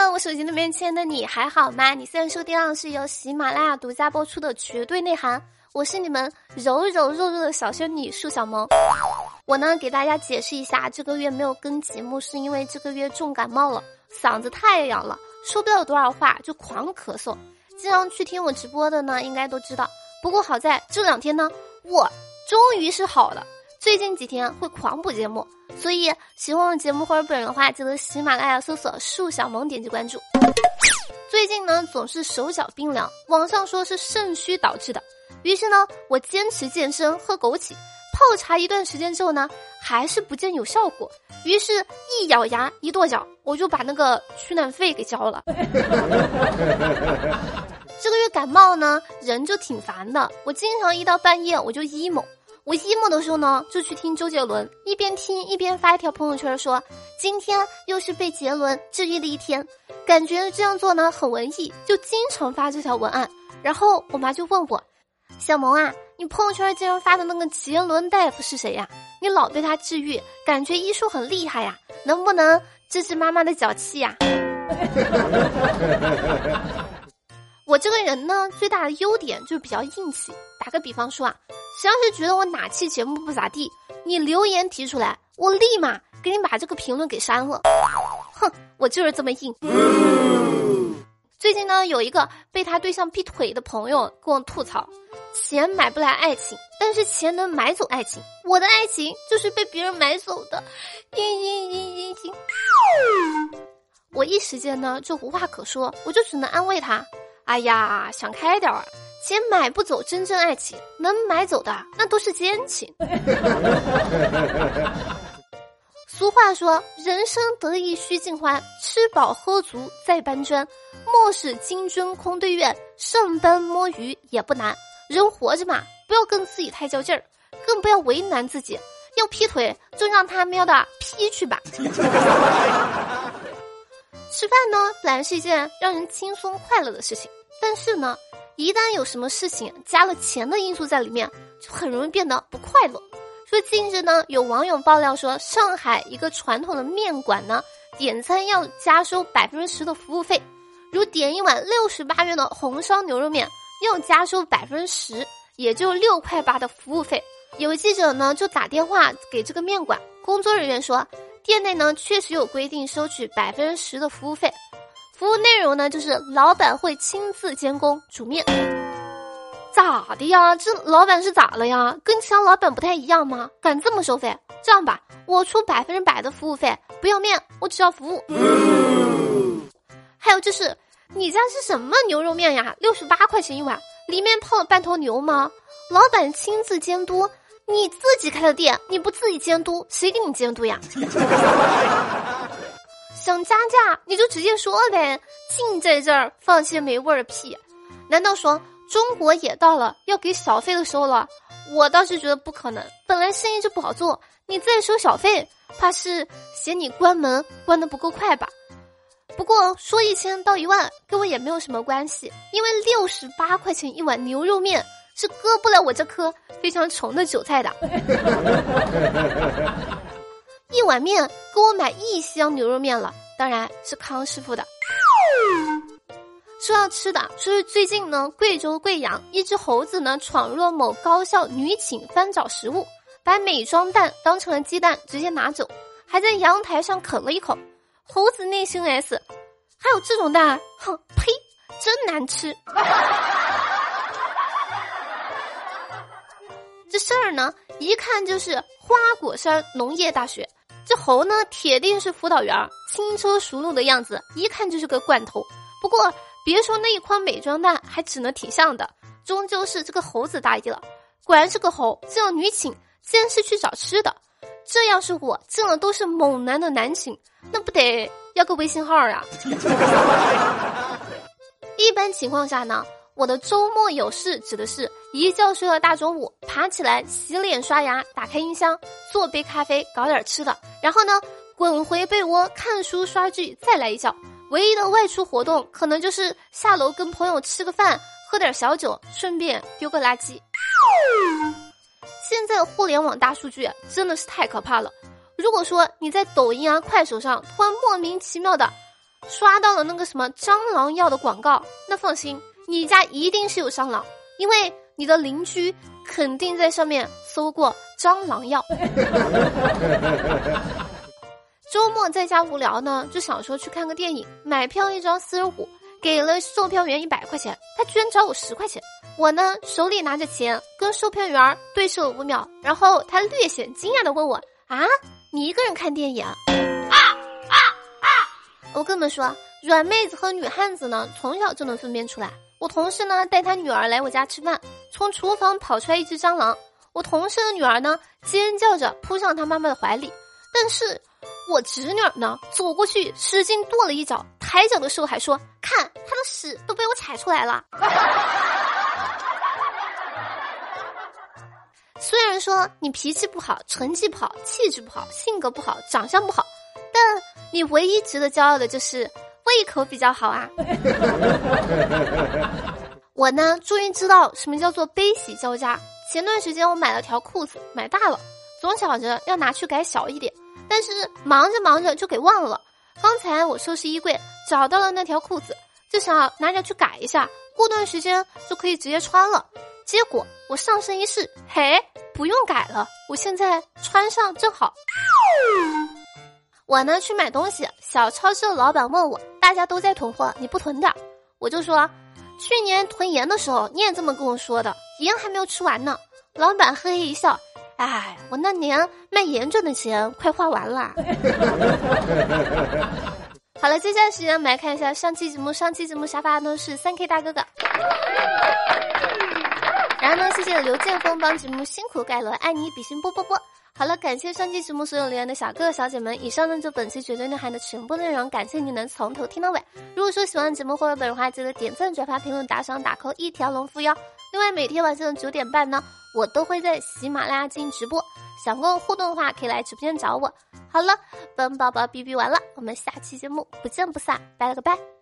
Hello， 我手机里面亲的你还好吗？你现在收听的是由喜马拉雅独家播出的绝对内涵，我是你们柔柔弱弱的小仙女树小萌。我呢给大家解释一下，这个月没有更节目是因为这个月重感冒了，嗓子太痒了，说不了多少话就狂咳嗽。经常去听我直播的呢应该都知道，不过好在这2天呢我终于是好了，最近几天会狂补节目，所以喜欢我节目或者本人的话，记得喜马拉雅搜索树小萌点击关注。最近呢总是手脚冰凉，网上说是肾虚导致的，于是呢我坚持健身喝枸杞泡茶一段时间之后呢还是不见有效果，于是一咬牙一跺脚，我就把那个取暖费给交了。这个月感冒呢人就挺烦的，我经常一到半夜我就 emo， 我 emo 的时候呢就去听周杰伦，一边听一边发一条朋友圈说今天又是被杰伦治愈的一天，感觉这样做呢很文艺，就经常发这条文案。然后我妈就问我，小萌啊，你朋友圈经常发的那个杰伦大夫是谁呀？你老被他治愈，感觉医术很厉害呀，能不能治治妈妈的脚气呀？我这个人呢最大的优点就是比较硬气，打个比方说啊，谁要是觉得我哪期节目不咋地，你留言提出来，我立马给你把这个评论给删了。哼，我就是这么硬。最近呢有一个被他对象劈腿的朋友跟我吐槽，钱买不来爱情，但是钱能买走爱情，我的爱情就是被别人买走的。我一时间呢就无话可说，我就只能安慰他，哎呀，想开点儿，钱买不走真正爱情，能买走的那都是奸情。俗话说，人生得意须尽欢，吃饱喝足再搬砖，莫使金樽空对月，上班摸鱼也不难。人活着嘛，不要跟自己太较劲儿，更不要为难自己，要劈腿就让他喵的劈去吧。吃饭呢本来是一件让人轻松快乐的事情，但是呢一旦有什么事情加了钱的因素在里面，就很容易变得不快乐。说近日呢有网友爆料说，上海一个传统的面馆呢点餐要加收 10% 的服务费，如点一碗68元的红烧牛肉面要加收 10%， 也就6块8的服务费。有记者呢就打电话给这个面馆工作人员说，店内呢确实有规定收取 10% 的服务费，服务内容呢就是老板会亲自监工煮面。咋的呀？这老板是咋了呀？跟其他老板不太一样吗？敢这么收费？这样吧，我出100%的服务费，不要面，我只要服务。还有就是，你家是什么牛肉面呀？68块钱一碗，里面泡了半头牛吗？老板亲自监督，你自己开的店，你不自己监督，谁给你监督呀？想加价你就直接说呗，净在这儿放些没味儿的屁。难道说中国也到了要给小费的时候了？我倒是觉得不可能，本来生意就不好做，你再收小费，怕是嫌你关门关得不够快吧。不过说1000到1万跟我也没有什么关系，因为68块钱一碗牛肉面是割不了我这颗非常穷的韭菜的。一碗面给我买1箱牛肉面了，当然是康师傅的。说到吃的，说是最近呢，贵州贵阳一只猴子呢闯入了某高校女寝翻找食物，把美妆蛋当成了鸡蛋直接拿走，还在阳台上啃了一口。猴子内心 S， 还有这种蛋？哼，呸，真难吃。这事儿呢，一看就是花果山农业大学。这猴呢，铁定是辅导员，轻车熟路的样子，一看就是个惯头。不过别说那一筐美妆蛋，还只能挺像的，终究是这个猴子大意了。果然是个猴，进了女寝竟然是去找吃的。这要是我进了都是猛男的男寝，那不得要个微信号啊。一般情况下呢，我的周末有事指的是一觉睡到大中午，爬起来洗脸刷牙，打开音箱，做杯咖啡，搞点吃的，然后呢滚回被窝看书刷剧，再来一觉。唯一的外出活动可能就是下楼跟朋友吃个饭，喝点小酒，顺便丢个垃圾。现在互联网大数据真的是太可怕了。如果说你在抖音啊快手上突然莫名其妙的刷到了那个什么蟑螂药的广告，那放心，你家一定是有蟑螂，因为你的邻居肯定在上面搜过蟑螂药。周末在家无聊呢，就想说去看个电影，买票一张45，给了售票员100块钱，他居然找我10块钱。我呢手里拿着钱，跟售票员对视了5秒，然后他略显惊讶地问我：啊，你一个人看电影？我跟你们说，软妹子和女汉子呢，从小就能分辨出来。我同事呢带他女儿来我家吃饭，从厨房跑出来一只蟑螂，我同事的女儿呢尖叫着扑上他妈妈的怀里，但是我侄女呢走过去使劲跺了一脚，抬脚的时候还说：看，他的屎都被我踩出来了。虽然说你脾气不好，成绩不好，气质不好，性格不好，长相不好，但你唯一值得骄傲的就是胃口比较好啊。我呢终于知道什么叫做悲喜交加。前段时间我买了条裤子，买大了，总想着要拿去改小一点，但是忙着忙着就给忘了。刚才我收拾衣柜找到了那条裤子，就想拿着去改一下，过段时间就可以直接穿了。结果我上身一试，嘿，不用改了，我现在穿上正好。我呢去买东西，小超市的老板问我，大家都在囤货，你不囤点？我就说，去年囤盐的时候你也这么跟我说的，盐还没有吃完呢。老板嘿嘿一笑，哎，我那年卖盐赚的钱快花完了。好了，接下来时间我们来看一下上期节目沙发呢是3K 大哥哥。然后呢，谢谢刘建峰帮节目辛苦盖楼，爱你比心啵啵啵。好了，感谢上期节目所有留言的小哥哥小姐们，以上呢就本期绝对内涵的全部内容，感谢你能从头听到尾。如果说喜欢节目或者本人的话，记得点赞转发评论打赏打 call一条龙扶摇。另外每天晚上的9点半呢，我都会在喜马拉雅进行直播，想跟我互动的话可以来直播间找我。好了，本宝宝哔哔完了，我们下期节目不见不散，拜了个拜。